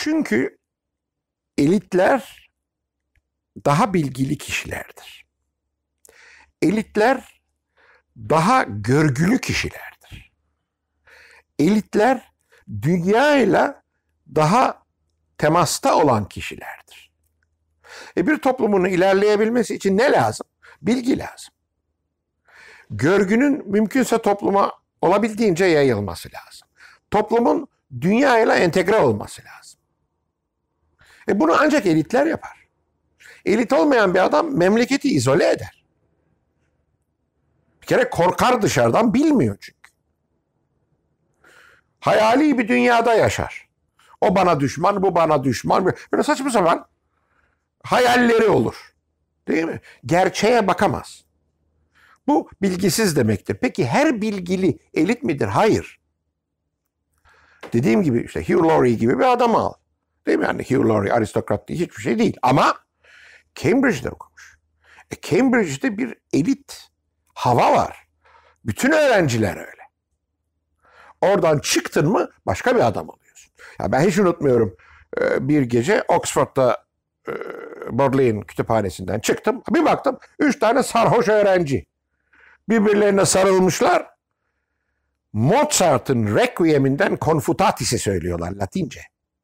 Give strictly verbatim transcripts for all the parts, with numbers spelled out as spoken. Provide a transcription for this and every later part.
Çünkü elitler daha bilgili kişilerdir. Elitler daha görgülü kişilerdir. Elitler dünyayla daha temasta olan kişilerdir. E bir toplumun ilerleyebilmesi için ne lazım? Bilgi lazım. Görgünün mümkünse topluma olabildiğince yayılması lazım. Toplumun dünyayla entegre olması lazım. E bunu ancak elitler yapar. Elit olmayan bir adam memleketi izole eder. Bir kere korkar dışarıdan, bilmiyor çünkü. Hayali bir dünyada yaşar. O bana düşman, bu bana düşman. Böyle saçma sapan hayalleri olur. Değil mi? Gerçeğe bakamaz. Bu bilgisiz demektir. Peki her bilgili elit midir? Hayır. Dediğim gibi işte Hugh Laurie gibi bir adam al. Değil mi? Yani Hugh Laurie aristokrat değil, hiçbir şey değil. Ama Cambridge'de okumuş. E Cambridge'de bir elit hava var. Bütün öğrenciler öyle. Oradan çıktın mı başka bir adam oluyorsun. Ya ben hiç unutmuyorum. Bir gece Oxford'da Bodleian kütüphanesinden çıktım. Bir baktım üç tane sarhoş öğrenci. Birbirlerine sarılmışlar. Mozart'ın Requiem'inden Confutatis'i söylüyorlar Latince.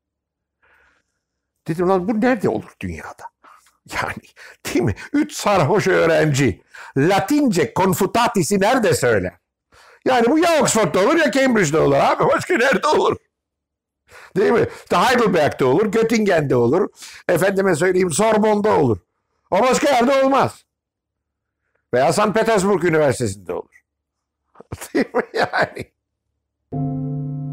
Dedim lan bu nerede olur dünyada? Yani değil mi? Üç sarhoş öğrenci Latince Confutatis'i nerede söyler? Yani bu ya Oxford'da olur ya Cambridge'de olur abi. Başka nerede olur? Değil mi? İşte Heidelberg'de olur, Göttingen'de olur. Efendime söyleyeyim Sorbonne'da olur. O başka yerde olmaz. Veya Sankt Petersburg Üniversitesi'nde olur. Değil mi yani?